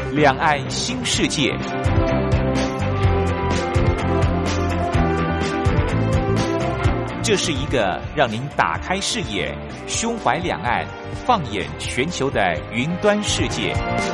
两岸新世界。这是一个让您打开视野、胸怀两岸、放眼全球的云端世界。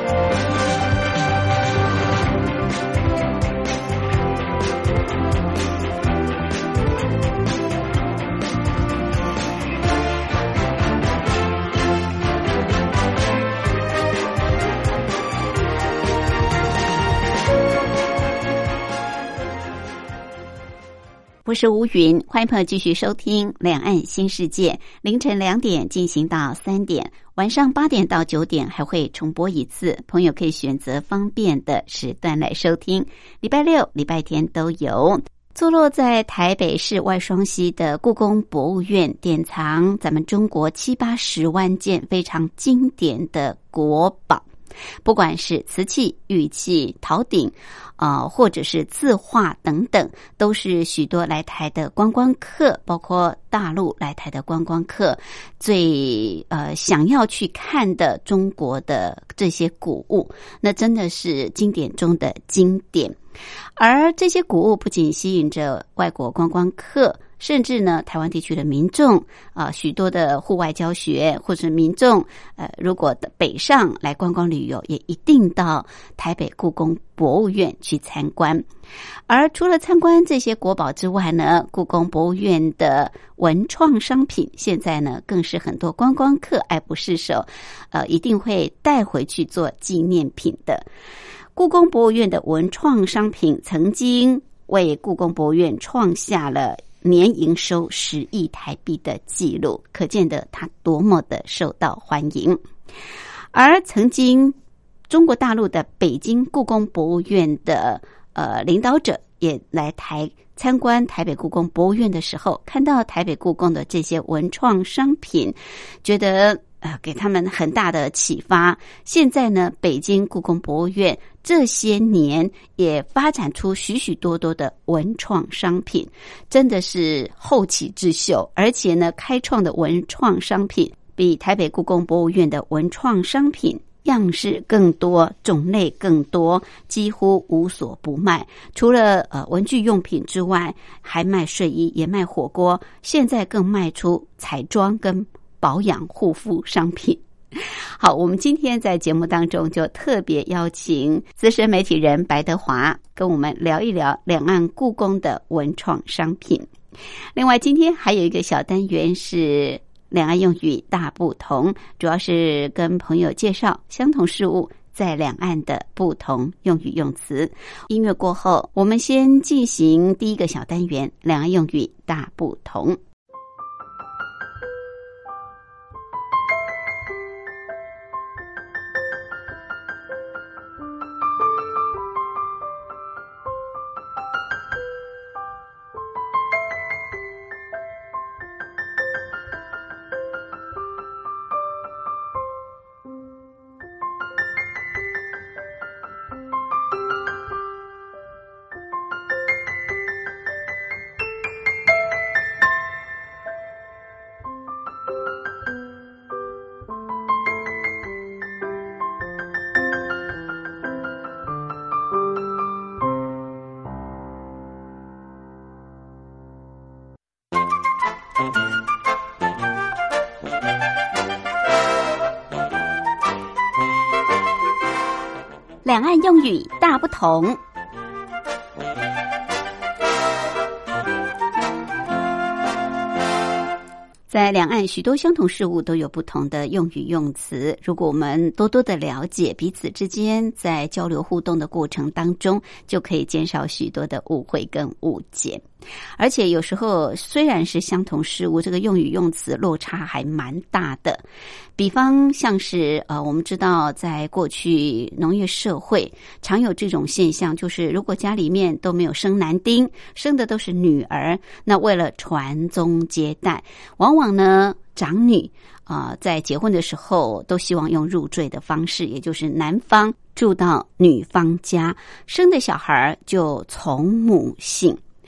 我是吴云，欢迎朋友继续收听两岸新世界，凌晨2点进行到3点，晚上8点到9点还会重播一次，朋友可以选择方便的时段来收听，礼拜六、礼拜天都有。坐落在台北市外双溪的故宫博物院，典藏咱们中国70-80万件非常经典的国宝，不管是瓷器、玉器、陶鼎或者是字画等等，都是许多来台的观光客，包括大陆来台的观光客最想要去看的中国的这些古物，那真的是经典中的经典。而这些古物不仅吸引着外国观光客，甚至呢台湾地区的民众许多的户外教学或者民众如果北上来观光旅游，也一定到台北故宫博物院去参观。而除了参观这些国宝之外呢，故宫博物院的文创商品现在呢更是很多观光客爱不释手，一定会带回去做纪念品的。故宫博物院的文创商品曾经为故宫博物院创下了年营收10亿台币的纪录，可见得它多么的受到欢迎。而曾经中国大陆的北京故宫博物院的领导者也来台参观台北故宫博物院的时候，看到台北故宫的这些文创商品，觉得给他们很大的启发。现在呢，北京故宫博物院这些年也发展出许许多多的文创商品，真的是后起之秀。而且呢，开创的文创商品比台北故宫博物院的文创商品样式更多，种类更多，几乎无所不卖。除了文具用品之外，还卖睡衣，也卖火锅，现在更卖出彩妆跟保养护肤商品。好，我们今天在节目当中就特别邀请资深媒体人白德华跟我们聊一聊两岸故宫的文创商品。另外今天还有一个小单元是两岸用语大不同，主要是跟朋友介绍相同事物在两岸的不同用语用词。音乐过后，我们先进行第一个小单元，两岸用语大不同。两岸用语大不同。在两岸许多相同事物都有不同的用语用词，如果我们多多的了解彼此之间在交流互动的过程当中，就可以减少许多的误会跟误解。而且有时候虽然是相同事物，这个用语用词落差还蛮大的。比方像是我们知道在过去农业社会常有这种现象，就是如果家里面都没有生男丁，生的都是女儿，那为了传宗接代，往往呢长女在结婚的时候都希望用入赘的方式，也就是男方住到女方家，生的小孩就从母姓。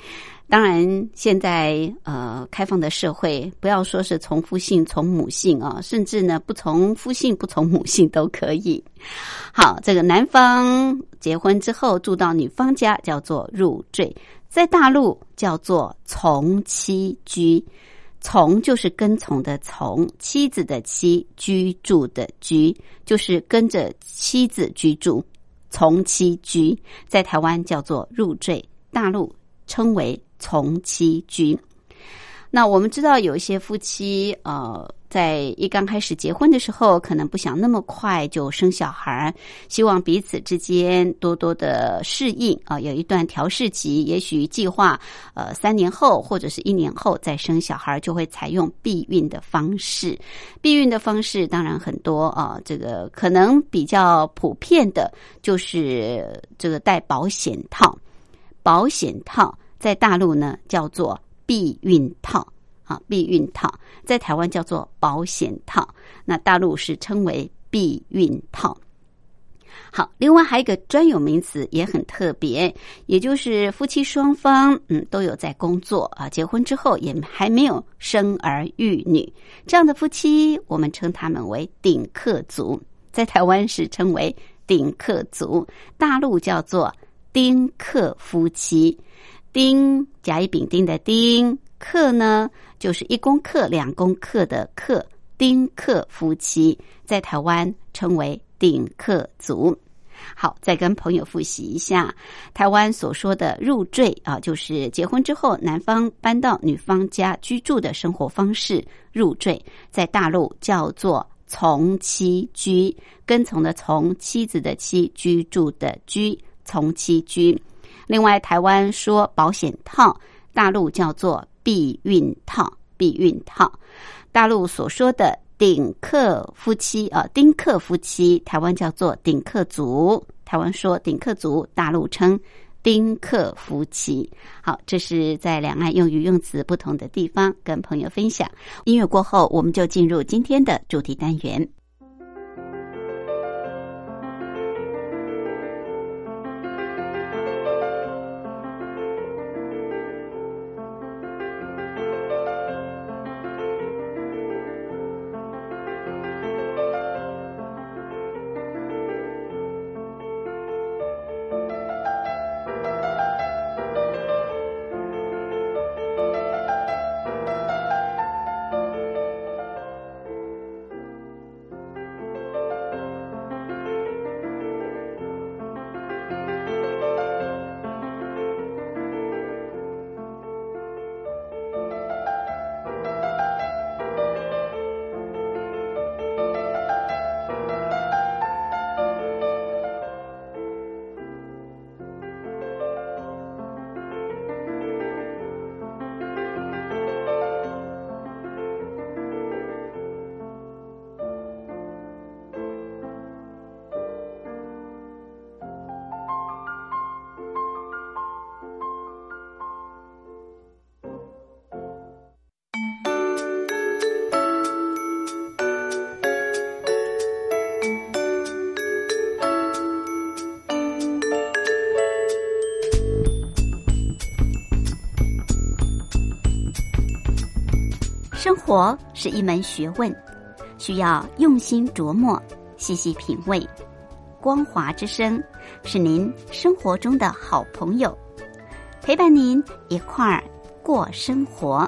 当然现在开放的社会，不要说是从夫姓从母姓啊，甚至呢不从夫姓不从母姓都可以。好，这个男方结婚之后住到女方家叫做入赘，在大陆叫做从妻居。从就是跟从的从，妻子的妻，居住的居，就是跟着妻子居住，从妻居。在台湾叫做入赘，大陆称为从妻居。那我们知道有一些夫妻在一刚开始结婚的时候，可能不想那么快就生小孩，希望彼此之间多多的适应有一段调适期，也许计划3年后或者是1年后再生小孩，就会采用避孕的方式。避孕的方式当然很多这个可能比较普遍的就是这个戴保险套。保险套在大陆呢叫做避孕套。避孕套在台湾叫做保险套，那大陆是称为避孕套。好，另外还有一个专有名词也很特别，也就是夫妻双方都有在工作结婚之后也还没有生儿育女，这样的夫妻我们称他们为顶客族，在台湾是称为顶客族，大陆叫做丁克夫妻。丁甲乙丙丁的丁，克呢就是1公克2公克的克，丁克夫妻在台湾称为顶客族。好，再跟朋友复习一下台湾所说的入赘就是结婚之后男方搬到女方家居住的生活方式，入赘在大陆叫做从妻居，跟从的从，妻子的妻，居住的居，从妻居。另外台湾说保险套，大陆叫做避孕套。避孕套，大陆所说的顶客夫妻丁克夫妻，台湾叫做顶客族，台湾说顶客族，大陆称丁克夫妻。好，这是在两岸用语用词不同的地方跟朋友分享。音乐过后我们就进入今天的主题单元。生活是一门学问，需要用心琢磨，细细品味。光华之声是您生活中的好朋友，陪伴您一块儿过生活。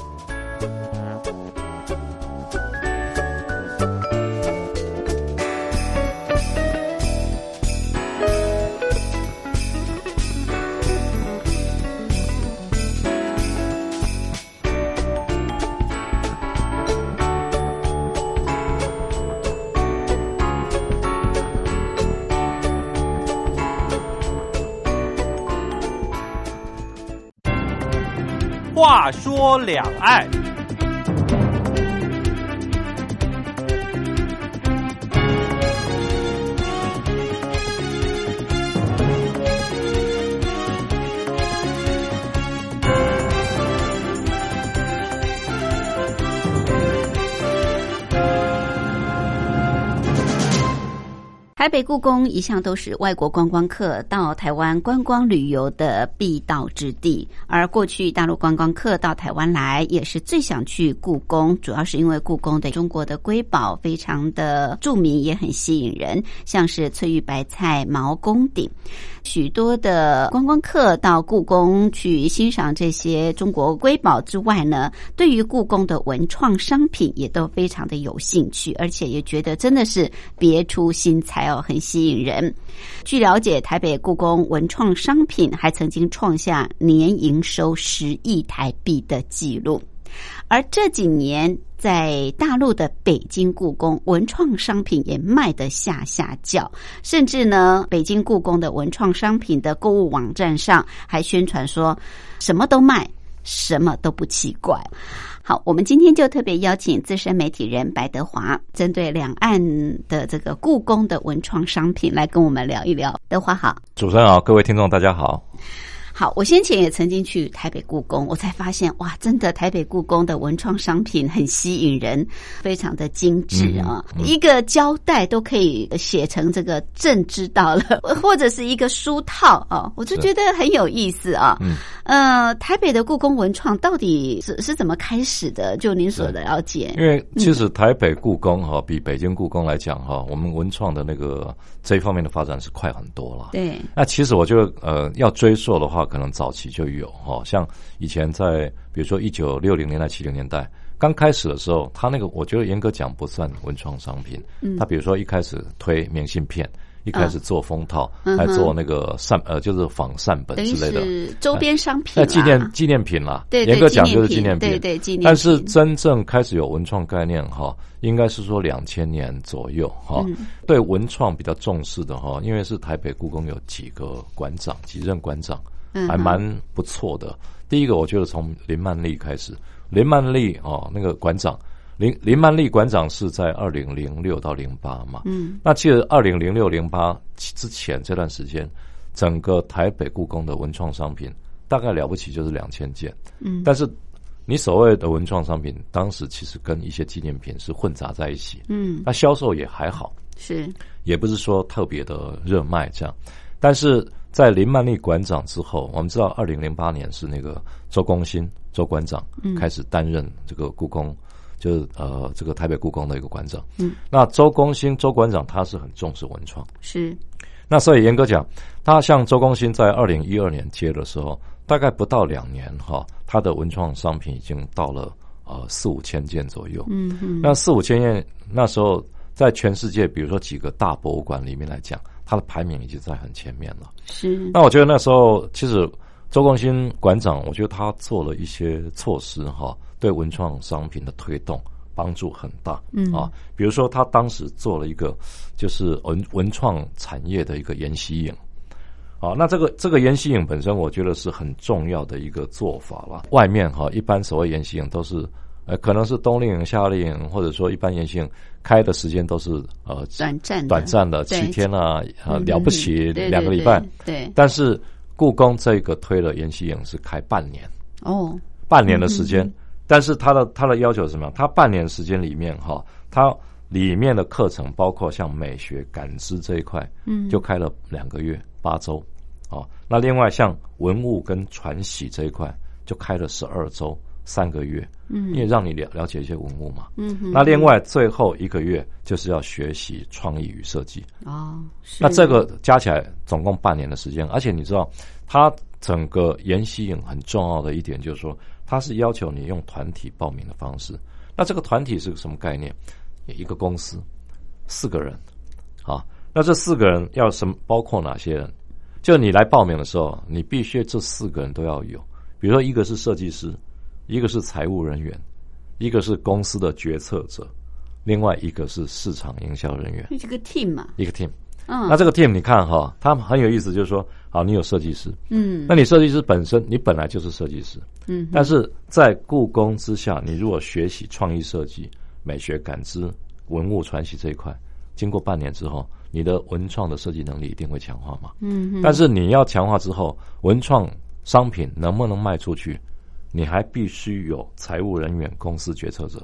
话说两岸， 台北故宫一向都是外国观光客到台湾观光旅游的必到之地，而过去大陆观光客到台湾来也是最想去故宫，主要是因为故宫的中国的瑰宝非常的著名，也很吸引人，像是翠玉白菜、毛公鼎。许多的观光客到故宫去欣赏这些中国瑰宝之外呢，对于故宫的文创商品也都非常的有兴趣，而且也觉得真的是别出心裁哦，很吸引人。据了解，台北故宫文创商品还曾经创下年营收10亿台币的纪录。而这几年在大陆的北京故宫文创商品也卖得下叫，甚至呢，北京故宫的文创商品的购物网站上还宣传说什么都卖，什么都不奇怪。好，我们今天就特别邀请资深媒体人白德华，针对两岸的这个故宫的文创商品来跟我们聊一聊。德华好。 主持人好，各位听众大家好。 好，我先前也曾经去台北故宫，我才发现哇，真的台北故宫的文创商品很吸引人，非常的精致啊，一个胶带都可以写成这个朕知道了，或者是一个书套啊，我就觉得很有意思啊。台北的故宫文创到底是怎么开始的？就您所了解， 因为其实台北故宫比北京故宫来讲我们文创的那个这一方面的发展是快很多了。 对， 那其实我觉得要追溯的话，可能早期就有像以前在比如说1960年代70年代刚开始的时候，它那个我觉得严格讲不算文创商品。它比如说一开始推明信片，一开始做封套，还做那个就是仿善本之类的， 是周边商品啦， 纪念品啦。 对， 严格讲就是纪念品。 对，纪念品。 但是真正开始有文创概念应该是说2000年左右对文创比较重视的因为是台北故宫有几任馆长还蛮不错的。第一个我觉得从林曼丽开始，林曼丽那个馆长林曼丽馆长是在2006到08嘛。那其实2006、08之前这段时间，整个台北故宫的文创商品大概了不起就是2000件。但是你所谓的文创商品，当时其实跟一些纪念品是混杂在一起。那销售也还好， 是也不是说特别的热卖这样。但是在林曼丽馆长之后，我们知道2008年是那个周公新周馆长开始担任这个故宫，就是这个台北故宫的一个馆长。那周公新周馆长他是很重视文创， 是。 那所以严格讲，他像周公新在2012年接的时候，大概不到2年他的文创商品已经到了4-5千件左右。那4-5千件那时候在全世界比如说几个大博物馆里面来讲，他的排名已经在很前面了。 是。那我觉得那时候其实周公新馆长，我觉得他做了一些措施对文创商品的推动帮助很大。比如说他当时做了一个就是文创产业的一个研习营。那这个研习营本身我觉得是很重要的一个做法了。外面一般所谓研习营都是可能是冬令营、夏令营，或者说一般研习营开的时间都是短暂的7天了不起2个礼拜。 对。 但是故宫这个推了研习营是开半年。半年的时间。但是他的要求是什么？他半年时间里面他里面的课程包括像美学感知这一块就开了2个月8周。那另外像文物跟传习这一块就开了12周3个月。因为让你了解一些文物嘛。那另外最后1个月就是要学习创意与设计。那这个加起来总共半年的时间。而且你知道他整个研习营很重要的一点就是说，他是要求你用团体报名的方式。那这个团体是个什么概念？一个公司4个人那这4个人要包括哪些人？就你来报名的时候，你必须这4个人都要有。比如说一个是设计师，一个是财务人员，一个是公司的决策者，另外一个是市场营销人员。 这个 team 嘛， 一个 team。那这个 team 你看他很有意思，就是说好，你有设计师。那你设计师本身你本来就是设计师。但是在故宫之下，你如果学习创意设计、美学感知、文物传习这一块，经过半年之后，你的文创的设计能力一定会强化嘛。但是你要强化之后，文创商品能不能卖出去，你还必须有财务人员、公司决策者。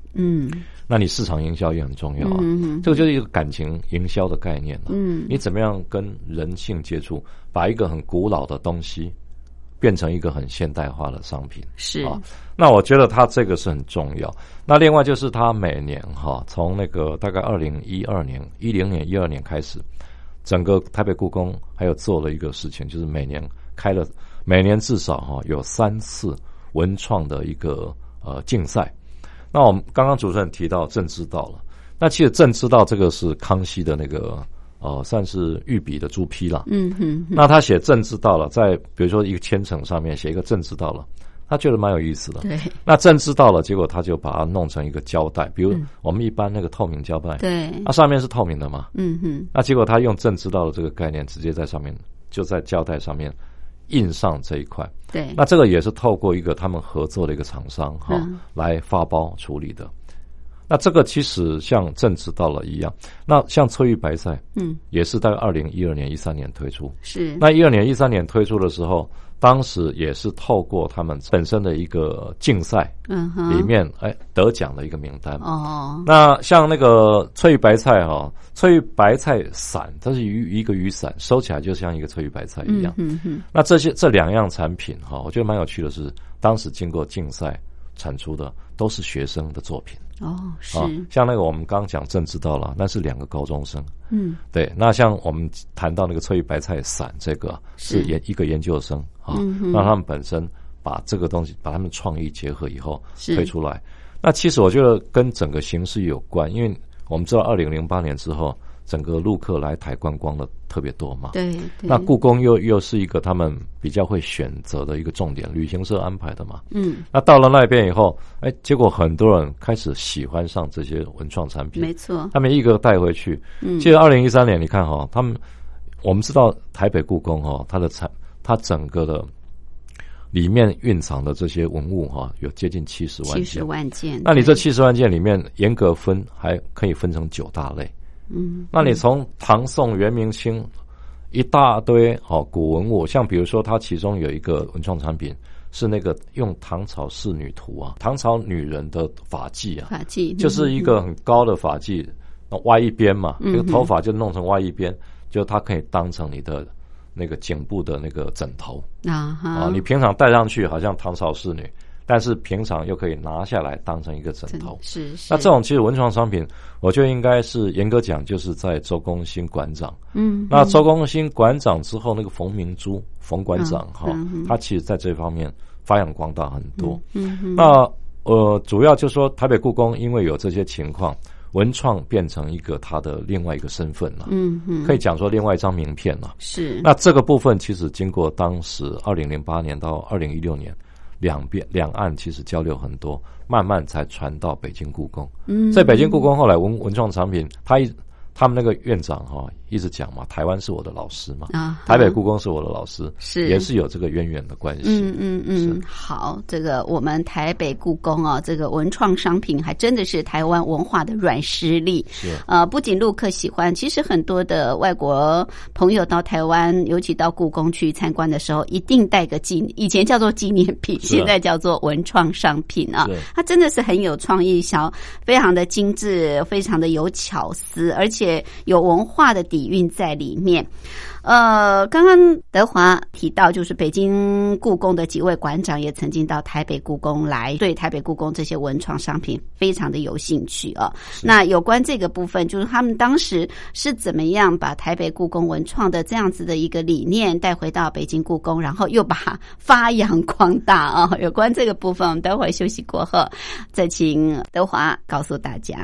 那你市场营销也很重要啊。这个就是一个感情营销的概念了。你怎么样跟人性接触，把一个很古老的东西变成一个很现代化的商品， 是啊。那我觉得它这个是很重要。那另外就是它每年从那个大概2010年、12年开始，整个台北故宫还有做了一个事情，就是每年至少有3次文创的一个竞赛。那我们刚刚主持人提到朕知道了，那其实朕知道这个是康熙的那个算是御笔的朱批啦。那他写朕知道了，在比如说一个千层上面写一个朕知道了，他觉得蛮有意思的。 对， 那朕知道了，结果他就把它弄成一个胶带，比如我们一般那个透明胶带， 对， 那上面是透明的嘛。那结果他用朕知道了这个概念，直接在上面就在胶带上面印上这一块。 对， 那这个也是透过一个他们合作的一个厂商来发包处理的。那这个其实像朕知道了一样，那像翠玉白菜，也是在2012年、13年推出。 是， 那12年、13年推出的时候，当时也是透过他们本身的一个竞赛，里面得奖的一个名单。那像那个翠玉白菜翠玉白菜伞，它是一个雨伞，收起来就像一个翠玉白菜一样。那这两样产品我觉得蛮有趣的是，当时经过竞赛产出的都是学生的作品。 是， 像那个我们刚刚讲朕知道了，那是2个高中生。对，那像我们谈到那个翠玉白菜伞，这个是一个研究生让他们本身把这个东西把他们创意结合以后推出来。那其实我觉得跟整个形势有关，因为我们知道2008年之后，整个陆客来台观光的特别多嘛。 对， 那故宫又是一个他们比较会选择的一个重点，旅行社安排的嘛。那到了那边以后，结果很多人开始喜欢上这些文创产品。 没错， 他们一个带回去。记得2013年，你看我们知道台北故宫它整个的里面蕴藏的这些文物有接近70万件。那你这70万件里面严格分，还可以分成9大类。那你从唐宋元明清一大堆古文物，像比如说它其中有一个文创产品是那个用唐朝仕女图唐朝女人的发髻发髻就是一个很高的发髻，歪一边嘛，这个头发就弄成歪一边，就它可以当成你的那个颈部的那个枕头你平常戴上去好像唐朝仕女，但是平常又可以拿下来当成一个枕头。 是。 那这种其实文创商品，我觉得应该是严格讲，就是在周公新馆长。那周公新馆长之后，那个冯明珠冯馆长他其实在这方面发扬光大很多。那主要就是说台北故宫因为有这些情况，文创变成一个它的另外一个身份了。可以讲说另外一张名片了。 是。那这个部分其实经过当时2008年到2016年。两岸其实交流很多，慢慢才传到北京故宫。在北京故宫后来文创产品，他们那个院长一直讲嘛，台湾是我的老师嘛，台北故宫是我的老师，也是有这个渊源的关系。 好，这个我们台北故宫这个文创商品还真的是台湾文化的软实力。 是不仅陆客喜欢，其实很多的外国朋友到台湾，尤其到故宫去参观的时候，一定带个以前叫做纪念品，现在叫做文创商品它真的是很有创意，非常的精致，非常的有巧思，而且有文化的底蕴在里面。刚刚德华提到，就是北京故宫的几位馆长也曾经到台北故宫来，对台北故宫这些文创商品非常的有兴趣那有关这个部分，就是他们当时是怎么样把台北故宫文创的这样子的一个理念带回到北京故宫，然后又把它发扬光大有关这个部分，我们待会儿休息过后再请德华告诉大家。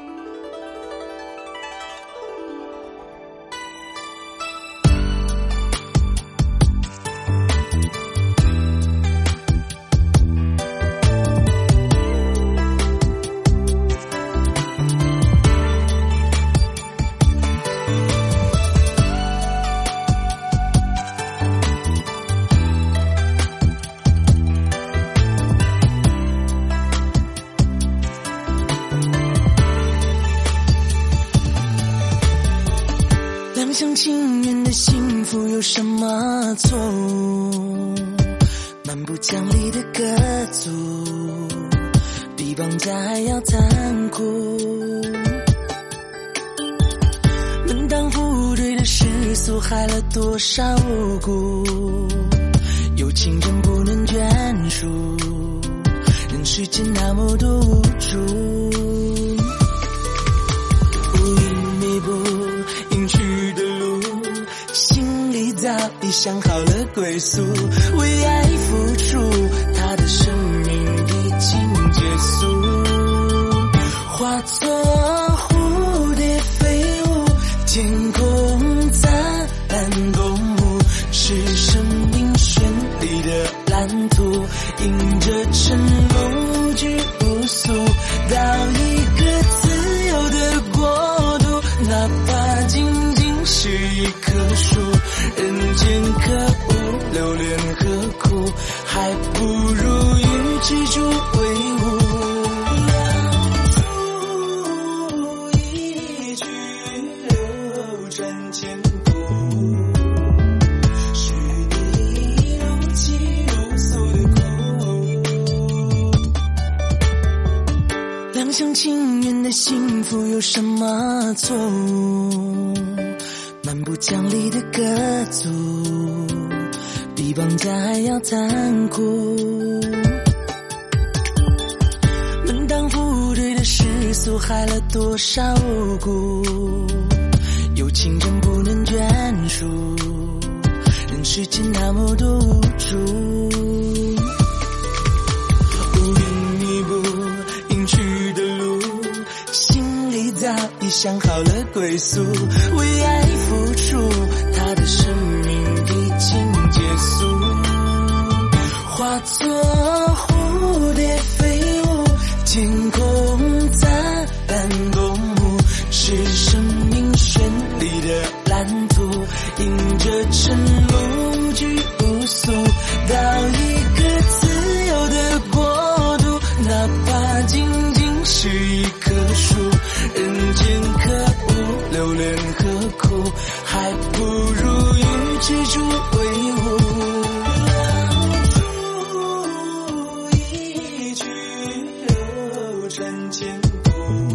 厢情愿的幸福有什么错？蛮不讲理的歌组，比比绑架还要残酷。门当户对的世俗害了多少无辜，有情人不能眷属，人世间那么多无助。乌云密布隐去的路，心里早已想好了归宿，为爱付出，他的生命已经结束，化作蝴蝶飞舞，天空灿烂公墓，是生命绚丽的蓝图，迎着晨露无拘无束，到一个自由的国度，哪怕仅仅是一棵树，人间可恶，留恋何苦，还不如与之助为伍。一去流转千古，是你如泣如诉的苦。两厢情愿的幸福有什么错误？蛮不讲理的歌族，比绑架还要残酷。门当户对的世俗害了多少无辜，有情人不能眷属，人世间那么多无助。乌云密布隐去的路，心里早已想好了归宿，为爱付出，他的生命已经结束，化作蝴蝶飞舞，天空灿烂公墓，是生命绚丽的蓝图，迎着晨露无拘无束，到一个自由的国度，哪怕仅仅是一棵树，人间可恶，留恋何苦，还不如与之助为伍。一去流转千古，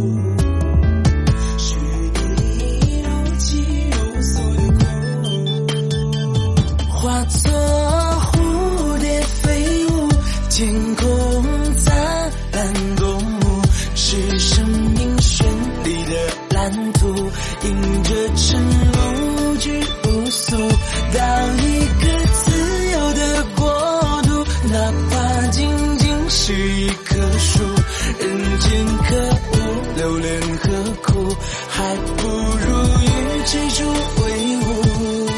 是你如泣如诉的苦，化作蝴蝶飞舞，天空灿烂公墓，是生命绚丽的蓝图，迎着晨露无拘无束，到一个自由的国度，哪怕仅仅是一棵树，人间可恶，留恋何苦，还不如与之助为伍。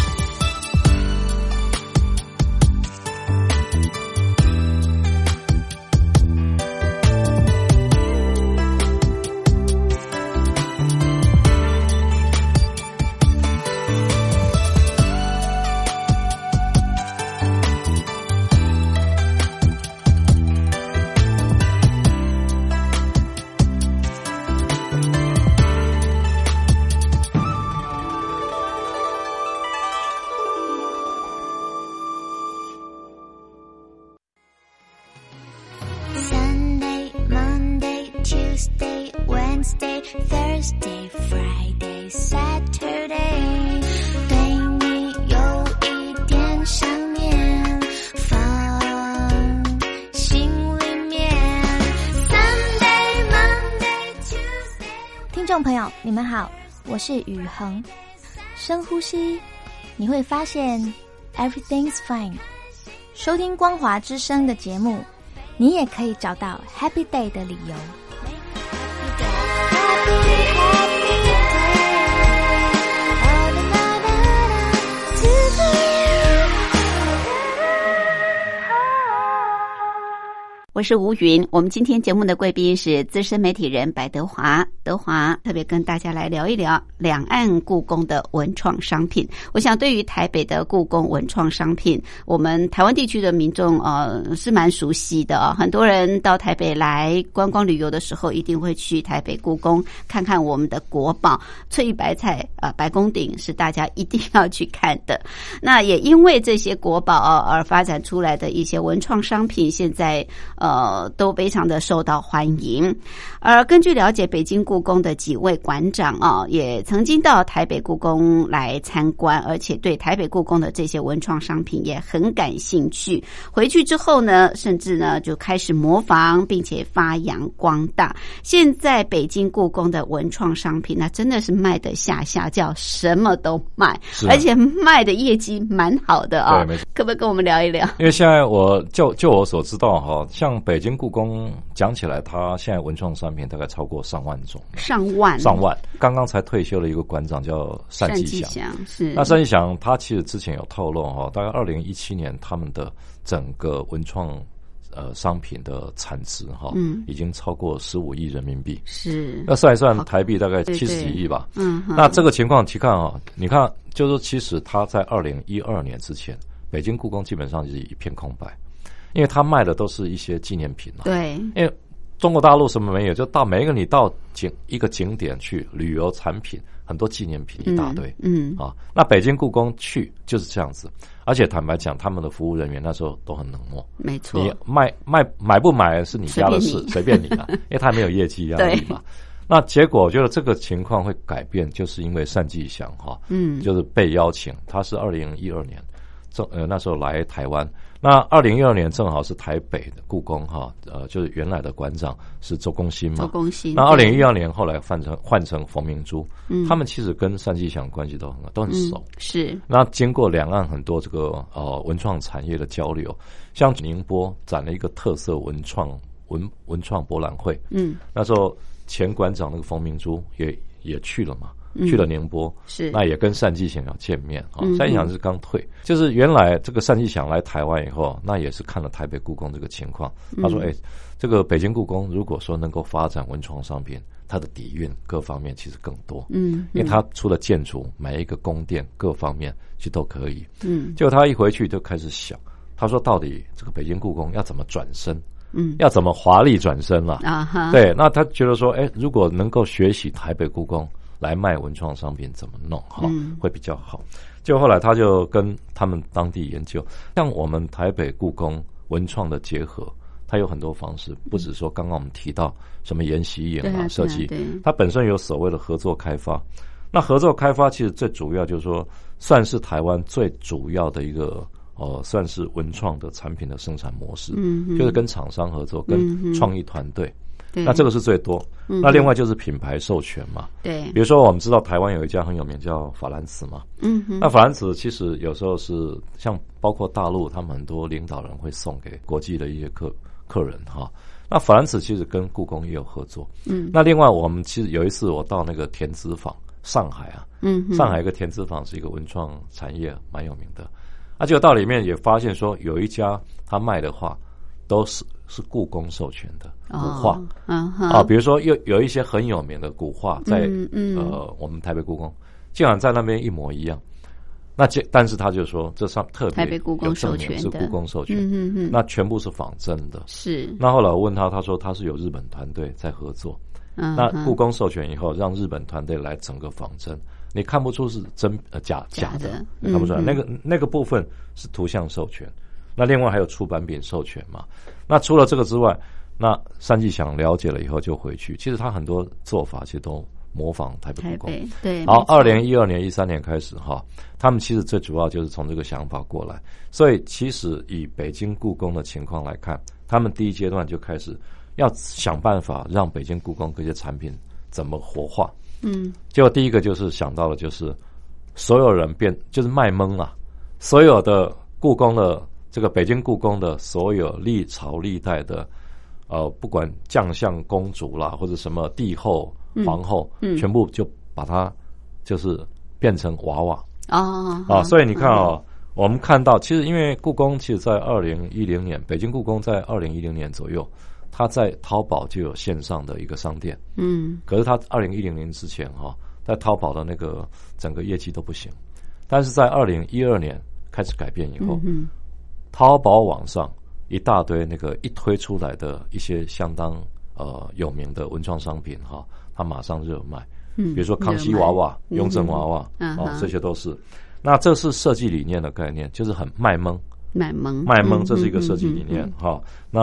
Thursday, Friday, Saturday， 对你有一点想念，放心里面。Sunday, Monday, Tuesday。听众朋友，你们好，我是宇恒。深呼吸，你会发现 everything's fine。收听光华之声的节目，你也可以找到 Happy Day 的理由。 我是吴云，我们今天节目的贵宾是资深媒体人白德华。德华特别跟大家来聊一聊两岸故宫的文创商品。我想对于台北的故宫文创商品，我们台湾地区的民众是蛮熟悉的很多人到台北来观光旅游的时候，一定会去台北故宫看看我们的国宝翠玉白菜白宫鼎，是大家一定要去看的。那也因为这些国宝而发展出来的一些文创商品，现在都非常的受到欢迎。而根据了解，北京故宫的几位馆长也曾经到台北故宫来参观，而且对台北故宫的这些文创商品也很感兴趣。回去之后呢，甚至呢就开始模仿，并且发扬光大。现在北京故宫的文创商品那真的是卖得下叫什么都卖，而且卖的业绩蛮好的啊。对，可不可以跟我们聊一聊？ 因为现在就我所知道哈，像北京故宫讲起来，它现在文创商品大概超过上万种。上万。刚刚才退休的一个馆长叫单霁翔，是。那单霁翔他其实之前有透露哈，大概2017年他们的整个文创商品的产值已经超过15亿人民币。是。那算一算台币大概70几亿吧。那这个情况去看你看就是说其实他在2012年之前，北京故宫基本上就是一片空白，因为他卖的都是一些纪念品对。因为中国大陆什么没有，就到每一个你到一个景点去旅游产品，很多纪念品一大堆。那北京故宫去就是这样子，而且坦白讲，他们的服务人员那时候都很冷漠。没错，你买不买是你家的事，随便你啦，因为他没有业绩压力嘛。那结果我觉得这个情况会改变，就是因为单霁翔就是被邀请，他是2012年那时候来台湾。那2012年正好是台北的故宫就是原来的馆长是周公新嘛。周公新。那2012年后来换成冯明珠，他们其实跟单霁翔关系都很熟。是。那经过两岸很多这个文创产业的交流，像宁波展了一个特色文创博览会。那时候前馆长那个冯明珠也去了嘛。去了宁波，是。那也跟单霁翔要见面单霁翔是刚退，就是原来这个单霁翔来台湾以后，那也是看了台北故宫这个情况，他说这个北京故宫如果说能够发展文创商品，它的底蕴各方面其实更多。因为他除了建筑，每一个宫殿各方面其实都可以。结果他一回去就开始想，他说到底这个北京故宫要怎么转身？要怎么华丽转身了？对，那他觉得说如果能够学习台北故宫来卖文创商品怎么弄会比较好。就后来他就跟他们当地研究，像我们台北故宫文创的结合，它有很多方式，不只说刚刚我们提到什么研习营设计，它本身有所谓的合作开发。那合作开发其实最主要就是说，算是台湾最主要的一个算是文创的产品的生产模式，就是跟厂商合作，跟创意团队。那这个是最多。那另外就是品牌授权嘛。对。比如说我们知道台湾有一家很有名叫法兰茨嘛。那法兰茨其实有时候是像包括大陆他们很多领导人会送给国际的一些客人那法兰茨其实跟故宫也有合作。那另外我们其实有一次我到那个田子坊，上海上海一个田子坊是一个文创产业蛮有名的。结果到里面也发现说有一家他卖的画都是故宫授权的古画比如说有一些很有名的古画在我们台北故宫竟然在那边一模一样。但是他就说这上特别有证明是故宫授权，那全部是仿真的。是。那后来我问他说他是有日本团队在合作，那故宫授权以后让日本团队来整个仿真，你看不出是假的，看不出来。那个部分是图像授权。那另外还有出版品授权嘛。那除了这个之外，那单霁翔了解了以后就回去，其实他很多做法其实都模仿台北故宫。对。好，2012年、13年开始他们其实最主要就是从这个想法过来。所以其实以北京故宫的情况来看，他们第一阶段就开始要想办法让北京故宫这些产品怎么活化。结果第一个就是想到了，就是所有人就是卖懵了，所有的故宫的这个北京故宫的所有历朝历代的不管将相公主啦，或者什么帝后皇后，全部就把它就是变成娃娃所以你看我们看到其实因为故宫其实在2010年，北京故宫在2010年左右，它在淘宝就有线上的一个商店。可是它2010年之前在淘宝的那个整个业绩都不行，但是在2012年开始改变以后，淘宝网上一大堆那个一推出来的一些相当有名的文创商品它马上热卖。比如说康熙娃娃、雍正娃娃这些都是。那这是设计理念的概念，就是很卖懵，这是一个设计理念那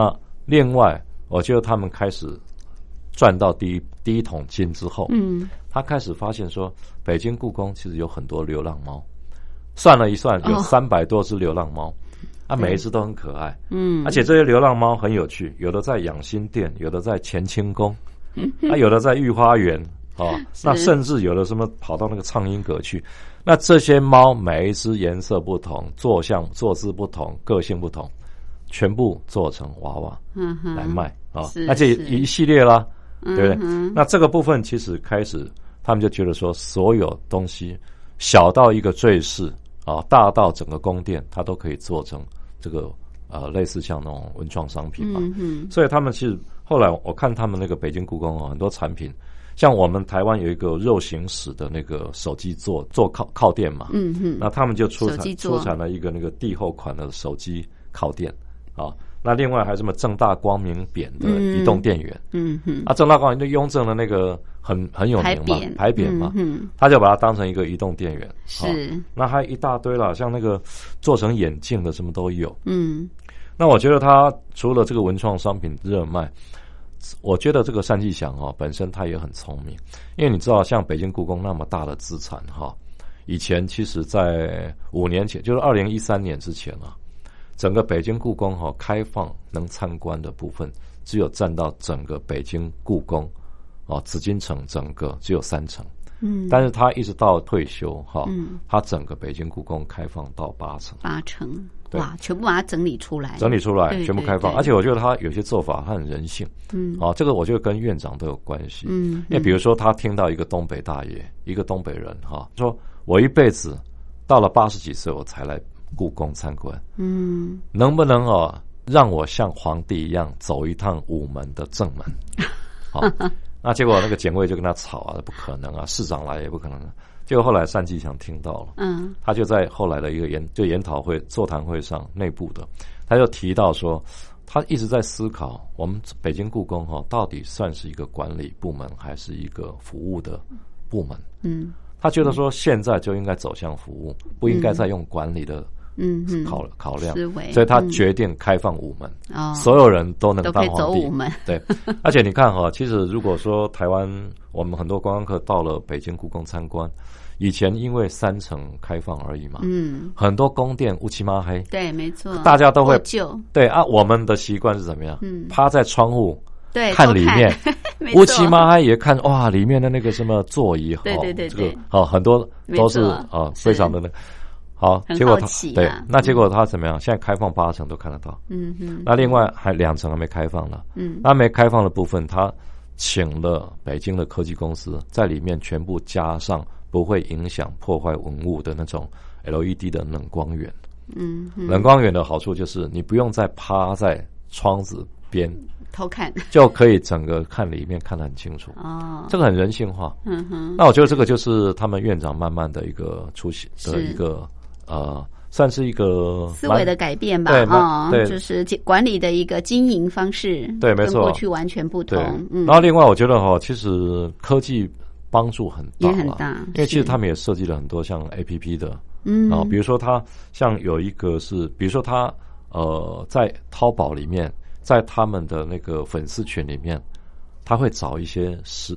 另外，我觉得他们开始赚到第一桶金之后，他开始发现说，北京故宫其实有很多流浪猫，算了一算，有300多只流浪猫，每一只都很可爱，而且这些流浪猫很有趣，有的在养心殿，有的在乾清宫，有的在御花园，那甚至有的什么跑到那个畅音阁去。那这些猫每一只颜色不同，坐姿不同，个性不同，全部做成娃娃来卖那这一系列啦，对不对？那这个部分其实开始他们就觉得说，所有东西小到一个坠饰大到整个宫殿，它都可以做成这个类似像那种文创商品嘛。所以他们其实后来我看他们那个北京故宫很多产品，像我们台湾有一个肉形史的那个手机做靠垫嘛，那他们就出产了一个那个帝后款的手机靠垫那另外还有什么正大光明匾的移动电源，正大光明就雍正的那个很有名嘛，牌匾嘛，他就把它当成一个移动电源，是那还一大堆啦，像那个做成眼镜的什么都有，那我觉得他除了这个文创商品热卖，我觉得这个单霁翔本身他也很聪明，因为你知道像北京故宫那么大的资产以前其实在5年前，就是2013年之前整个北京故宫开放能参观的部分只有占到整个北京故宫紫禁城整个只有3成，但是他一直到退休他整个北京故宫开放到8成， 哇，全部把它整理出来， 全部开放，而且我觉得他有些做法他很人性，这个我觉得跟院长都有关系，因为比如说他听到一个东北大爷，一个东北人说我一辈子到了80几岁我才来故宫参观，能不能让我像皇帝一样走一趟午门的正门？那结果那个检卫就跟他吵不可能市长来也不可能结果后来单霁翔听到了，他就在后来的一个研讨会座谈会上内部的，他就提到说，他一直在思考我们北京故宫到底算是一个管理部门还是一个服务的部门？他觉得说现在就应该走向服务，不应该再用管理的考量，所以他决定开放午门，所有人都能当皇帝，都可以走午门。对，而且你看其实如果说台湾我们很多观光客到了北京故宫参观，以前因为3层开放而已嘛，很多宫殿乌漆嘛黑， 对，没错， 大家都会对我们的习惯是怎么样？趴在窗户看里面，乌漆嘛黑也看哇，里面的那个什么座椅，对，这个很多都是非常的好，结果那结果他怎么样？现在开放8成都看得到，那另外还2层还没开放了，那没开放的部分，他请了北京的科技公司在里面全部加上不会影响破坏文物的那种 LED 的冷光源，冷光源的好处就是你不用再趴在窗子边偷看， 就可以整个看里面看得很清楚，这个很人性化，那我觉得这个就是他们院长慢慢的一个出现的一个算是一个思维的改变吧，对，就是管理的一个经营方式， 对，没错， 跟过去完全不同。 然后另外我觉得其实科技帮助很大， 也很大， 因为其实他们也设计了很多像 APP 的，然后比如说他像有一个是，比如说他在淘宝里面，在他们的那个粉丝群里面，他会找一些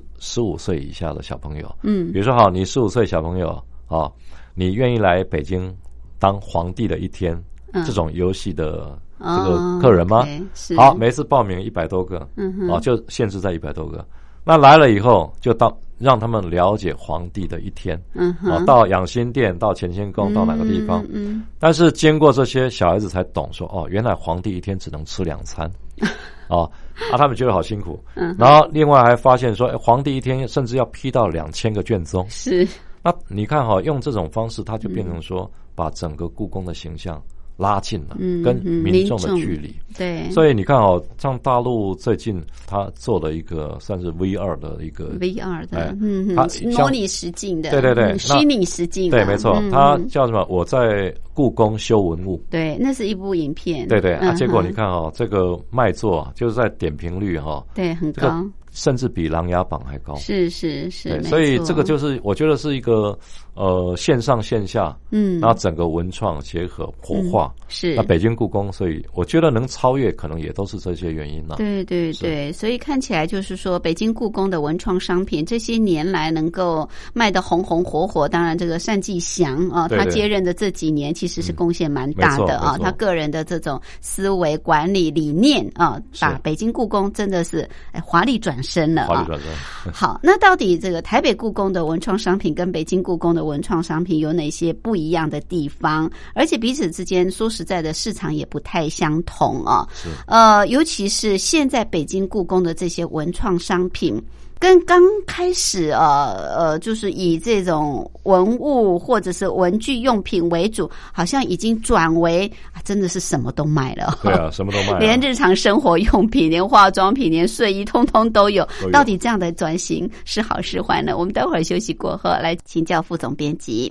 15岁以下的小朋友，比如说你15岁小朋友你愿意来北京当皇帝的一天，这种游戏的这个客人吗？好，每次报名100多个，就限制在100多个。那来了以后，就让他们了解皇帝的一天，到养心殿，到乾清宫，到哪个地方。但是经过这些，小孩子才懂说，原来皇帝一天只能吃2餐，他们觉得好辛苦。然后另外还发现说，皇帝一天甚至要批到2000个卷宗。 是。 那你看用这种方式，他就变成说，把整个故宫的形象拉近了，跟民众的距离。 对， 所以你看像大陆最近他做了一个算是 VR 的一个 VR 的，它模拟实境的， 对， 虚拟实境， 对，没错，它叫什么？我在故宫修文物， 对，那是一部影片， 对，结果你看这个卖座就是在点评率对，很高， 甚至比《琅琊榜》还高。 是， 对，所以这个就是我觉得是一个线上线下，然后整个文创结合活化， 是。 那北京故宫，所以我觉得能超越，可能也都是这些原因了。 对，所以看起来就是说，北京故宫的文创商品这些年来能够卖得红红火火，当然这个单霁翔啊，他接任的这几年其实是贡献蛮大的啊，他个人的这种思维管理理念啊，把北京故宫真的是华丽转身了啊。好，那到底这个台北故宫的文创商品跟北京故宫的文创商品有哪些不一样的地方？而且彼此之间说实在的，市场也不太相同啊。尤其是现在北京故宫的这些文创商品，跟刚开始就是以这种文物或者是文具用品为主，好像已经转为真的是什么都卖了。 对啊，什么都卖了， 连日常生活用品、连化妆品、连睡衣，通通都有。到底这样的转型是好是坏呢？我们待会儿休息过后来请教副总编辑。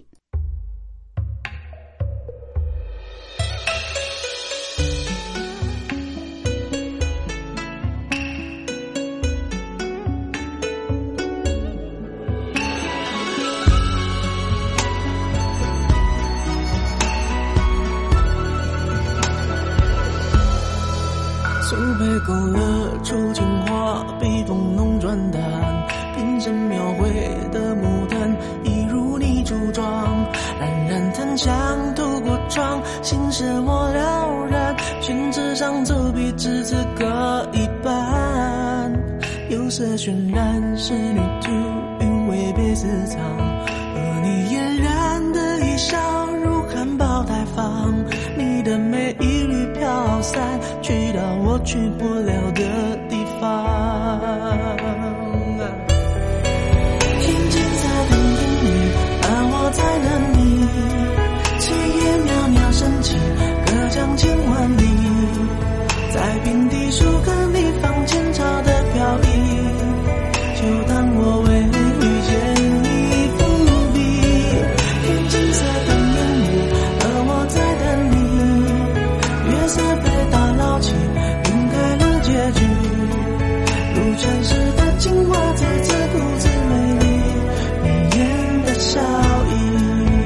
苏北勾勒出情画，笔锋浓转淡，瓶身描绘的牡丹，一如你梳妆，冉冉檀香透过窗，心事我了然，宣纸上走笔只字各一半，釉色渲染仕女图，韵味别私藏，和你嫣然的一笑如含苞待放，你的美一缕飘散，去到我去不了的地方。听金色的音律，而我在等你，炊烟袅袅升起，隔江千万里，在平地树根里放前朝的飘逸，就当我为遇见你伏笔。听金色的烟雾，而我在等你，月色被打捞起，晕开了结局，如城市的情话再自顾自美丽，眉眼的笑意。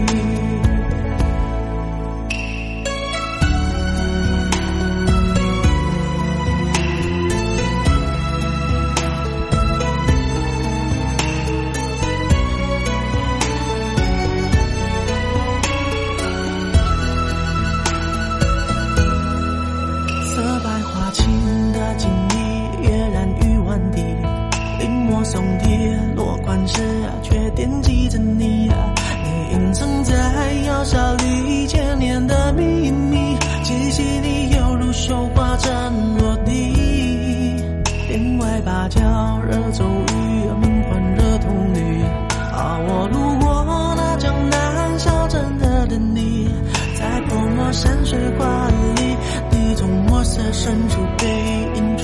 色白花青的锦衣，跃然于万地，临摹松蝶落款时却惦记着你，你隐藏在窑烧里千年的秘密，气息里犹如绣花针落地，帘外芭蕉惹骤雨，门环惹铜绿，我路过那江南小镇的等你，在泼墨山水画里，你从墨色深处被隐去。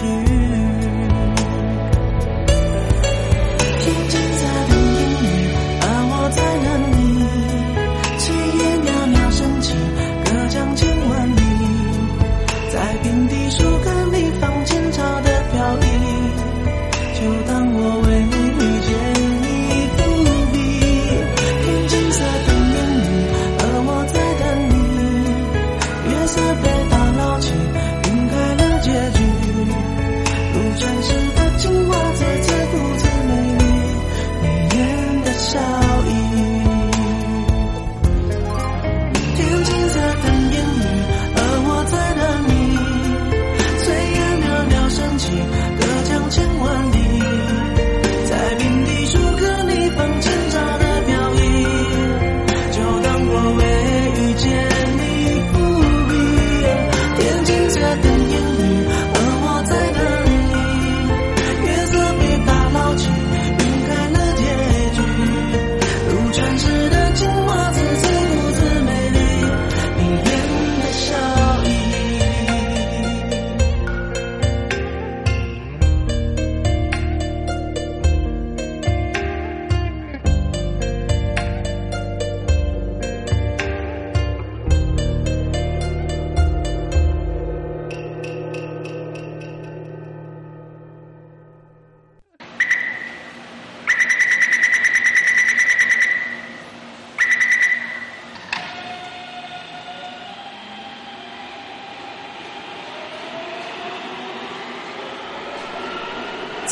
听金色的音律，而我在等你，炊烟袅袅升起，隔江千万里，在平地树根里放前朝的飘逸，就当我为遇见你伏笔。听金色的烟雨，而我在等你，月色被打捞起，晕开了结局，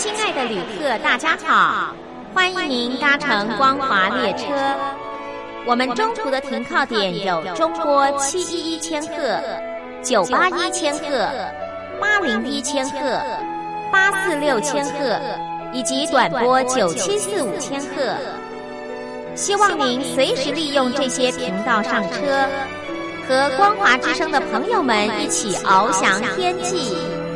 亲爱的旅客，大家好，欢迎您搭乘光华列车。我们中途的停靠点有中波711千赫、981千赫、801千赫、846千赫以及短波9745千赫。希望您随时利用这些频道上车，和光华之声的朋友们一起翱翔天际。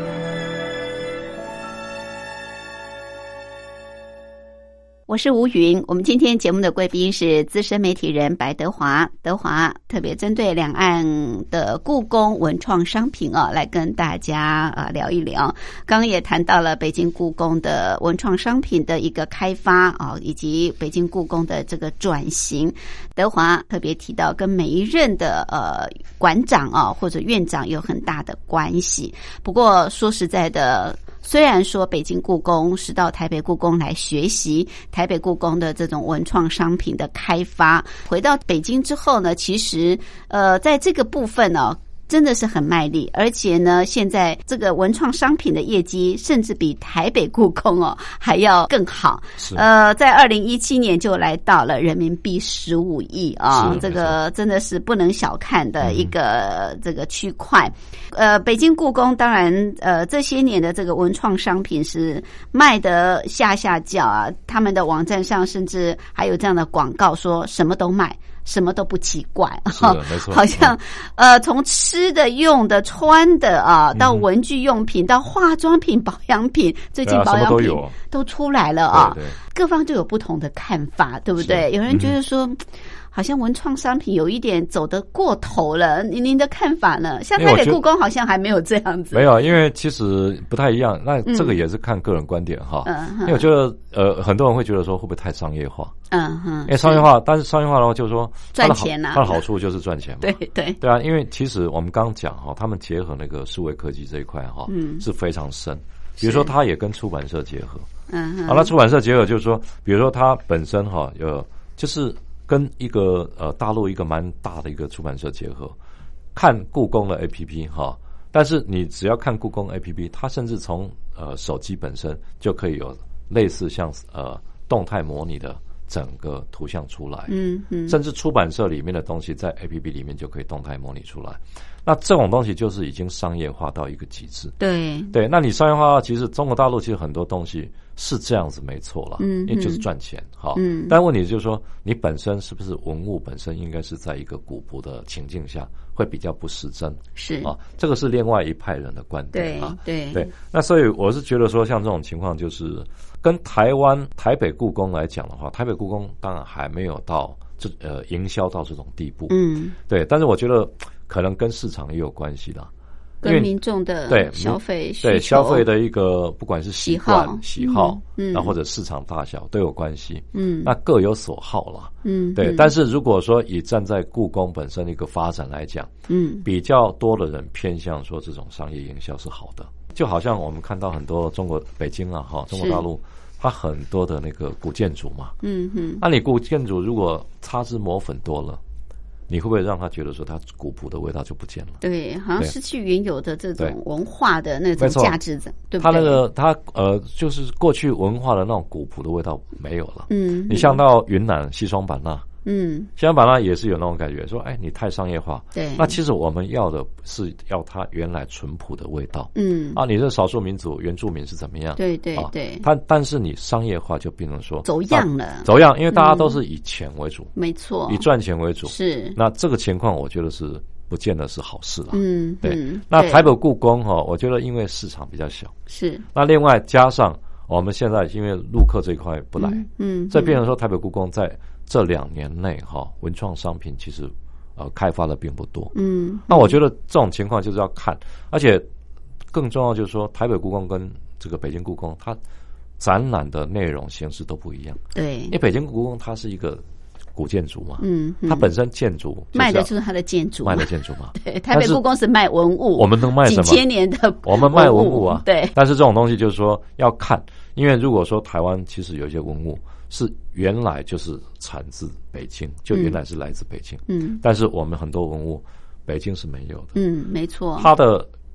我是吴云，我们今天节目的贵宾是资深媒体人白德华。德华特别针对两岸的故宫文创商品来跟大家聊一聊。刚刚也谈到了北京故宫的文创商品的一个开发以及北京故宫的这个转型。德华特别提到跟每一任的馆长或者院长有很大的关系。不过说实在的，虽然说北京故宫是到台北故宫来学习台北故宫的这种文创商品的开发，回到北京之后呢，其实在这个部分呢真的是很卖力，而且呢现在这个文创商品的业绩甚至比台北故宫还要更好。在2017年就来到了人民币15亿这个真的是不能小看的一个这个区块。北京故宫当然这些年的这个文创商品是卖得下叫他们的网站上甚至还有这样的广告说什么都卖，什么都不奇怪， 没错， 好像从吃的、用的、穿的到文具用品，到化妆品、保养品，最近保养品都出来了对， 各方就有不同的看法，对不对？有人觉得说，好像文创商品有一点走得过头了，您的看法呢？像台北故宫好像还没有这样子。 没有，因为其实不太一样。那这个也是看个人观点因为我觉得很多人会觉得说会不会太商业化？因为商业化，但是商业化的话就是说赚钱它的好处就是赚钱嘛。 对啊，因为其实我们刚刚讲他们结合那个数位科技这一块是非常深。比如说，它也跟出版社结合。那出版社结合就是说，比如说它本身就是跟一个大陆一个蛮大的一个出版社结合，看故宫的 APP 但是你只要看故宫 APP， 它甚至从手机本身就可以有类似像动态模拟的整个图像出来，甚至出版社里面的东西在 APP 里面就可以动态模拟出来。那这种东西就是已经商业化到一个极致。对，那你商业化，其实中国大陆其实很多东西是这样子没错了，因为就是赚钱但问题就是说，你本身是不是文物本身应该是在一个古朴的情境下，会比较不失真，是这个是另外一派人的观点对。那所以我是觉得说，像这种情况，就是跟台北故宫来讲的话，台北故宫当然还没有到营销到这种地步，对，但是我觉得可能跟市场也有关系啦， 跟民众的消费需求， 对消费的一个不管是喜好那或者市场大小都有关系，那各有所好啦，对。但是如果说以站在故宫本身的一个发展来讲，比较多的人偏向说这种商业营销是好的，就好像我们看到很多中国北京中国大陆。它很多的那个古建筑嘛，那你古建筑如果擦脂抹粉多了，你会不会让他觉得说它古朴的味道就不见了？对，好像失去原有的这种文化的那种价值，对不对？它就是过去文化的那种古朴的味道没有了。你像到云南西双版纳。西双版纳也是有那种感觉，说你太商业化。对，那其实我们要的是要它原来淳朴的味道。你这少数民族原住民是怎么样？对，但是你商业化就变成说走样了，因为大家都是以钱为主，没错，以赚钱为主。是，那这个情况我觉得是不见得是好事了。对。那台北故宫我觉得因为市场比较小，是。那另外加上我们现在因为陆客这一块不来，这变成说台北故宫在这2年内文创商品其实开发的并不多。那我觉得这种情况就是要看，而且更重要就是说台北故宫跟这个北京故宫它展览的内容形式都不一样。对，因为北京故宫它是一个古建筑嘛，它本身建筑卖的就是它的建筑嘛。对，台北故宫是卖文物，我们能卖什么？几千年的我们卖文物啊。对，但是这种东西就是说要看，因为如果说台湾其实有一些文物是原来就是产自北京，就原来是来自北京，但是我们很多文物北京是没有的。没错，它的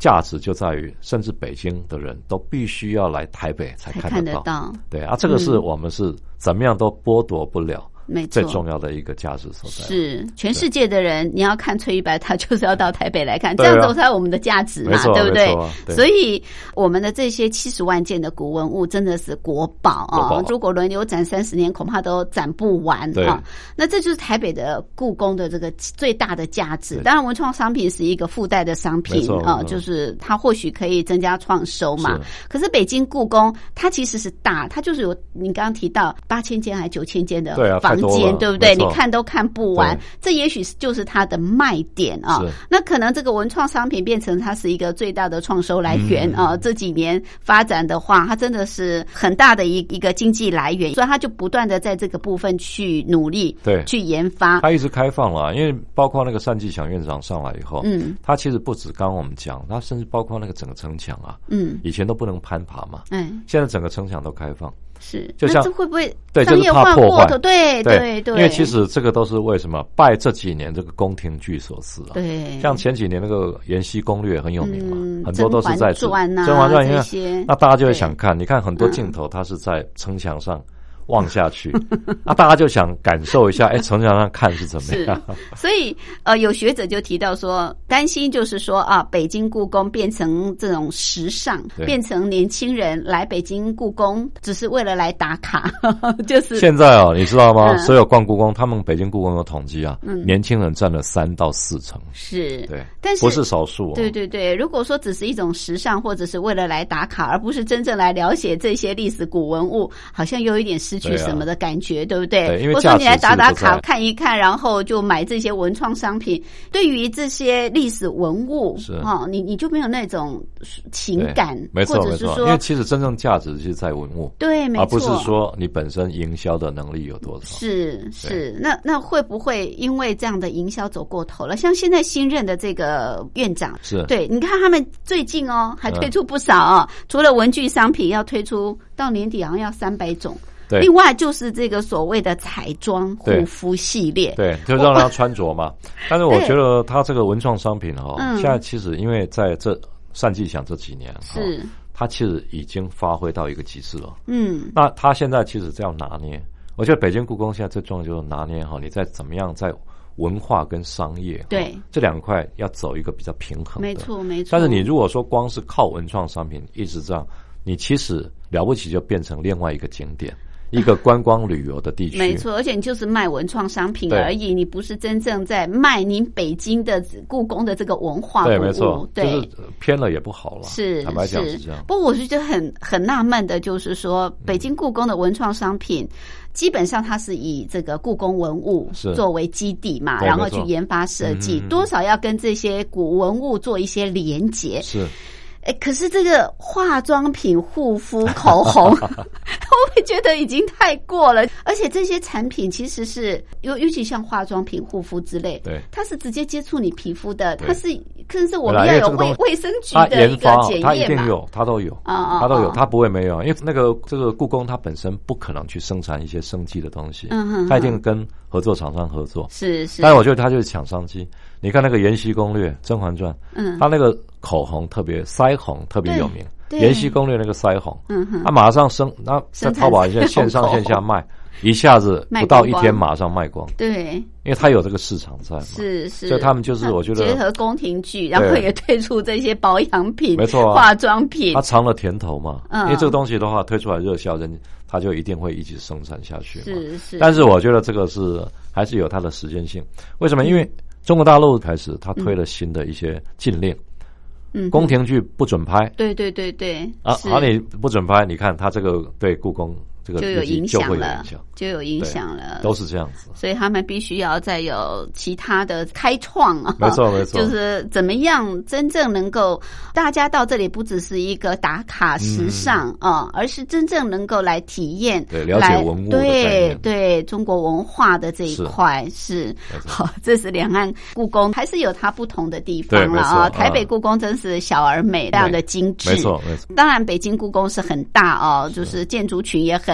价值就在于，甚至北京的人都必须要来台北才看得到。对啊，这个是我们是怎么样都剥夺不了。没错，最重要的一个价值所在是全世界的人，你要看翠玉白，他就是要到台北来看，这样走才有我们的价值嘛，对不对？对，所以我们的这些70万件的古文物真的是国宝啊！如果轮流展30年，恐怕都展不完啊。那这就是台北的故宫的这个最大的价值。当然，文创商品是一个附带的商品啊，就是它或许可以增加创收嘛。可是北京故宫它其实是大，它就是有你刚刚提到8000间还9000间的房间，对不对？你看都看不完，这也许就是它的卖点啊。那可能这个文创商品变成它是一个最大的创收来源啊。这几年发展的话，它真的是很大的一个经济来源，所以它就不断的在这个部分去努力，对，去研发。 它一直开放了，因为包括那个单霁翔院长上来以后，它其实不止刚刚我们讲，它甚至包括那个整个城墙啊，以前都不能攀爬嘛，现在整个城墙都开放。 是， 就像这会不会商业化过头？ 对， 因为其实这个都是为什么拜这几年这个宫廷剧所赐啊。对，像前几年那个《延禧攻略》很有名嘛，很多都是在《甄嬛传》这些，那大家就会想看。你看很多镜头，它是在城墙上望下去，那大家就想感受一下，城墙上看是怎么样。 所以有学者就提到说，担心就是说啊，北京故宫变成这种时尚，变成年轻人来北京故宫只是为了来打卡，就是现在你知道吗？所有逛故宫，他们北京故宫有统计啊，年轻人占了3到4成， 是， 对， 但是不是少数。 对，如果说只是一种时尚，或者是为了来打卡，而不是真正来了解这些历史古文物，好像有一点失去什么的感觉，对不对？ 对，因为或者说你来打卡看一看，然后就买这些文创商品，对于这些历史文物你就没有那种情感， 没错没错。因为其实真正价值是在文物， 对，没错， 而不是说你本身营销的能力有多少。 是，那会不会因为这样的营销走过头了？像现在新任的这个院长，是对，你看他们最近还推出不少除了文具商品要推出，到年底好像要300种。另外就是这个所谓的彩妆护肤系列， 对，就让他穿着嘛。但是我觉得他这个文创商品现在其实因为在这单霁翔这几年是，他其实已经发挥到一个极致了。那他现在其实这样拿捏，我觉得北京故宫现在最重要就是拿捏你在怎么样在文化跟商业对这2块要走一个比较平衡的， 没错。 但是你如果说光是靠文创商品一直这样，你其实了不起就变成另外一个景点。一个观光旅游的地区， 没错，而且你就是卖文创商品而已，你不是真正在卖您北京的故宫的这个文化古物， 对，没错，就是偏了也不好了。是，坦白讲是这样。 不过我是觉得很纳闷的，就是说北京故宫的文创商品，基本上它是以这个故宫文物作为基地嘛，然后去研发设计，多少要跟这些古文物做一些连结。是。可是这个化妆品、护肤、口红，我会觉得已经太过了。而且这些产品其实是尤其像化妆品、护肤之类，对，它是直接接触你皮肤的，它是甚至我们要有卫生局的一个检验嘛， 它一定有，它都有，它都有，它不会没有，因为这个故宫它本身不可能去生产一些生技的东西，它一定跟合作厂商合作，是。但是我觉得它就是抢商机。你看那个《延禧攻略》《甄嬛传》，它那个口红特别腮红特别有名，《延禧攻略》那个腮红，它马上在淘宝一下线上线下卖，一下子不到1天马上卖光，对，因为它有这个市场在嘛，是，所以他们就是我觉得结合宫廷剧，然后也推出这些保养品， 没错， 化妆品， 它尝了甜头嘛，因为这个东西的话推出来热销，它就一定会一直生产下去嘛，是。但是我觉得这个还是有它的时间性，为什么？因为中国大陆开始，他推了新的一些禁令，宫廷剧不准拍， 对， 你不准拍，你看他这个对故宫这个就有影响了， 都是这样子， 所以他们必须要再有其他的开创啊， 没错， 就是怎么样真正能够大家到这里不只是一个打卡时尚而是真正能够来体验， 对，了解文物的概念， 对中国文化的这一块是好，这是两岸故宫还是有它不同的地方了啊。台北故宫真是小而美，非常的精致， 没错。 当然北京故宫是很大就是建筑群也很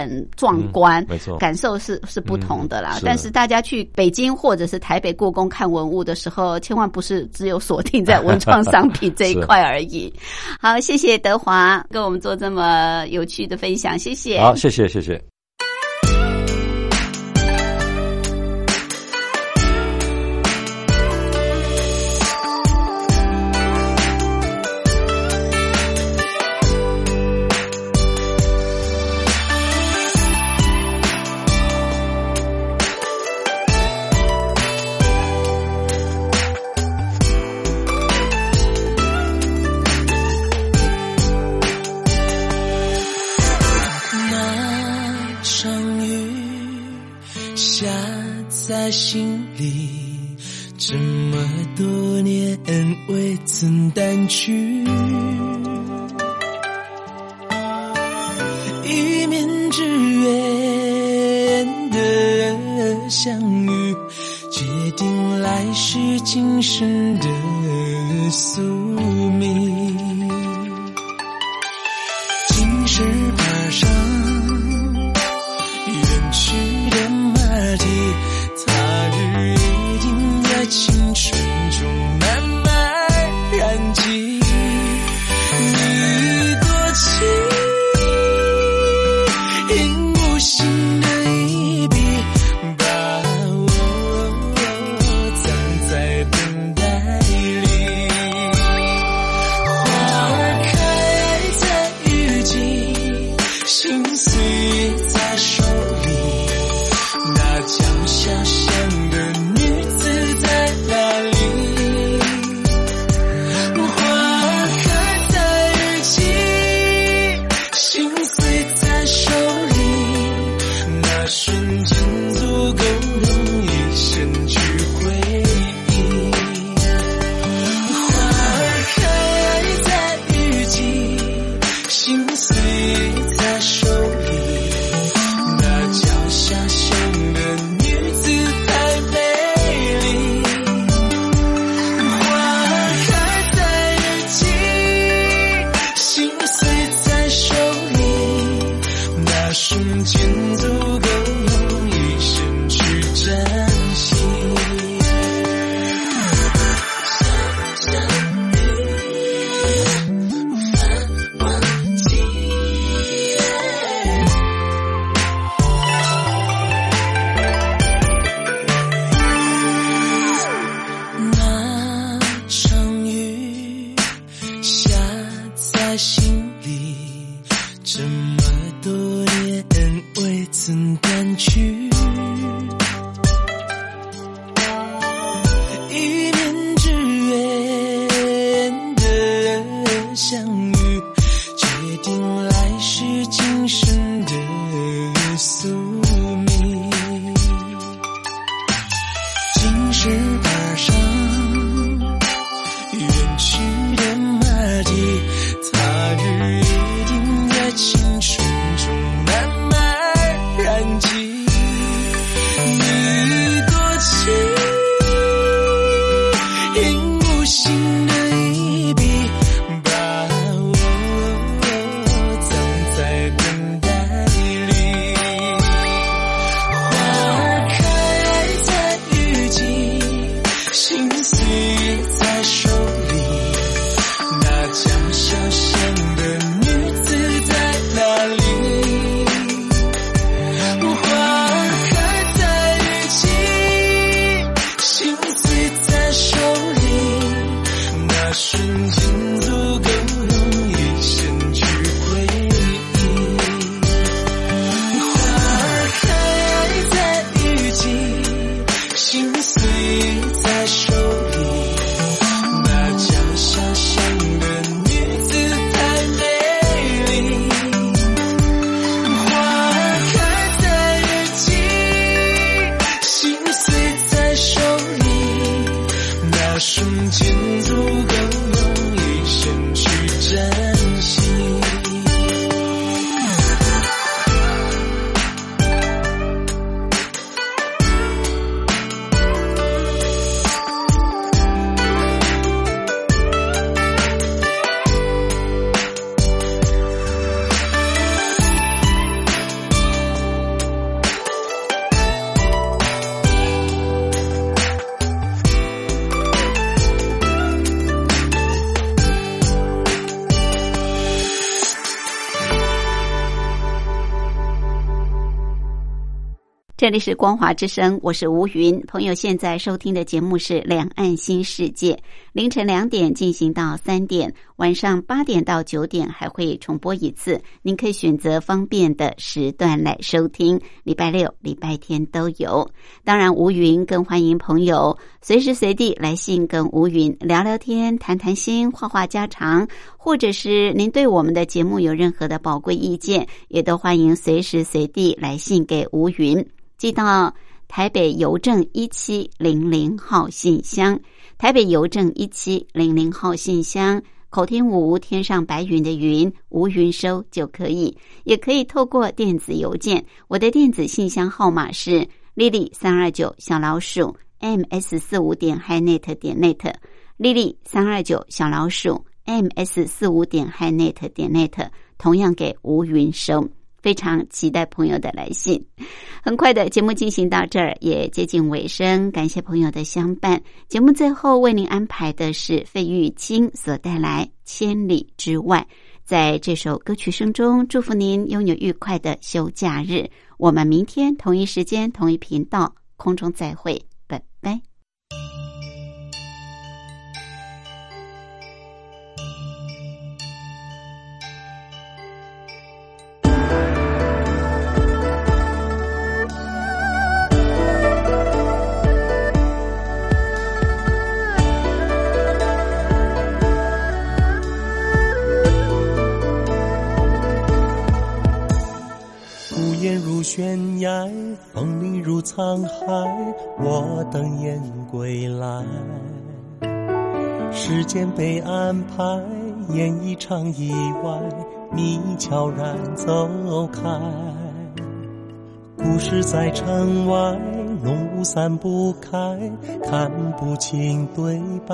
很壮观， 没错， 感受是不同的啦。但是大家去北京或者是台北故宫看文物的时候，千万不是只有锁定在文创商品这一块而已。好，谢谢德华跟我们做这么有趣的分享，谢谢。 好，谢谢，谢谢。 在心里这么多年未曾淡去，一面之缘的相遇，决定来世今生的宿命。今世爬上远去的马蹄，一定在青春中慢慢燃起，你多情，因无心的一笔，把我藏在等待里。花儿开在雨季，心碎在手里，那江小巷的女子在哪里？花开在雨季，心碎在手里，那瞬间足够容易sen去回忆。花儿开在雨季，心碎在手里，那叫小巷的女子太美丽。花开在雨季，心碎在手里，那瞬间足够容易sen去珍惜。无法忘记。那场雨下在心里，这么多年未曾淡去，一面之缘的相遇，决定来世今生的宿命。今世爬上远去的马蹄，他日一定在青春中慢慢燃起，你多情，因无心的一笔，把我藏在等待里。花儿开在雨季，心碎在手里，那江小巷的女子在哪里？花儿开在雨季，心碎在手里，那瞬间足够容易sen去回忆。花儿开在雨季，心碎在手里，那叫小巷的女子太美丽。花儿开在雨季，心碎在手里，那瞬间足够容易sen去珍惜。 这里是光华之声，我是吴云。朋友现在收听的节目是两岸新世界，凌晨2点进行到3点，晚上8点到9点还会重播一次，您可以选择方便的时段来收听，礼拜六、礼拜天都有。当然吴云更欢迎朋友随时随地来信跟吴云聊聊天、谈谈心、话话家常，或者是您对我们的节目有任何的宝贵意见，也都欢迎随时随地来信给吴云，寄到台北邮政1700号信箱，台北邮政1700号信箱，口天吴，天上白云的云，吴云收就可以，也可以透过电子邮件，我的电子信箱号码是 lily329@ms45.hinet.net lily329@ms45.hinet.net 同样给吴云收。非常期待朋友的来信。很快的节目进行到这儿也接近尾声，感谢朋友的相伴。节目最后为您安排的是费玉清所带来千里之外，在这首歌曲声中祝福您拥有愉快的休假日。我们明天同一时间同一频道空中再会，拜拜。 悬崖，风铃如沧海，我等雁归来。时间被安排，演一场意外，你悄然走开。故事在城外，浓雾散不开，看不清对白。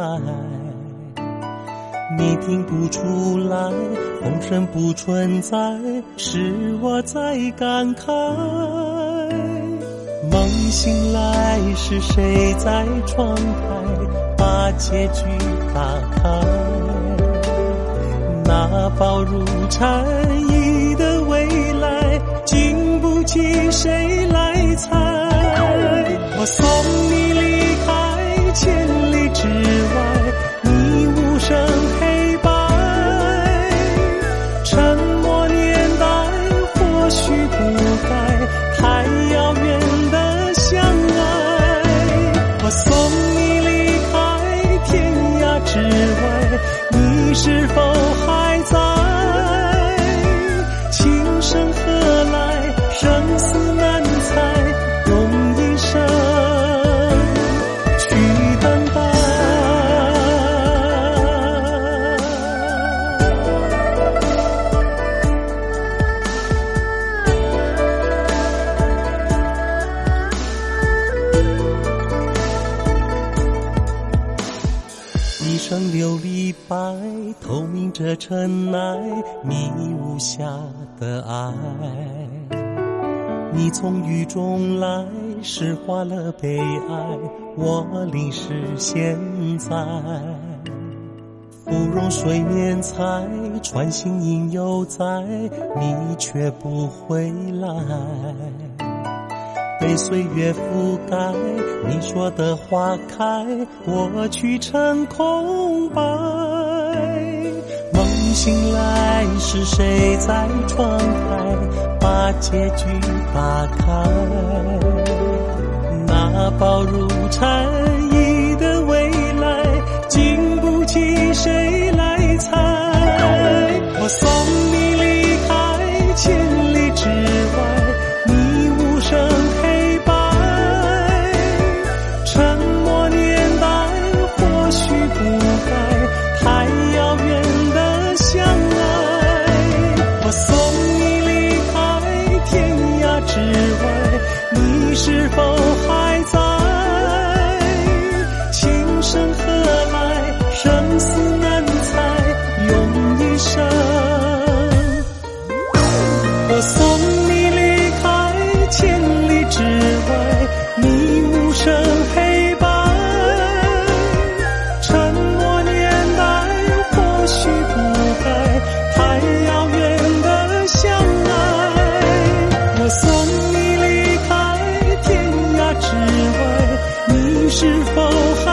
你听不出来，风声不存在，是我在感慨。梦醒来，是谁在窗台把结局打开？那暴如蝉翼的未来，经不起谁来猜。我送你离开千里之外，你无声黑白，沉默年代或许不该太遥远的相爱。我送你离开天涯之外，你是否还在？情深何来，生死难猜，用一生去等待。一生琉璃白，透明着尘埃，你无暇的爱。你从雨中来，诗化了悲哀，我淋湿现在。芙蓉水面采，穿行影犹在，你却不回来。被岁月覆盖，你说的花开，我去成空白。梦醒来，是谁在窗台把结局打开？那暴如蝉翼的未来，经不起谁来猜。我送你离开千里之外，你无声黑白，沉默年代或许不该太遥远的相爱。我送你离开天涯之外，你是否还在？ 是否还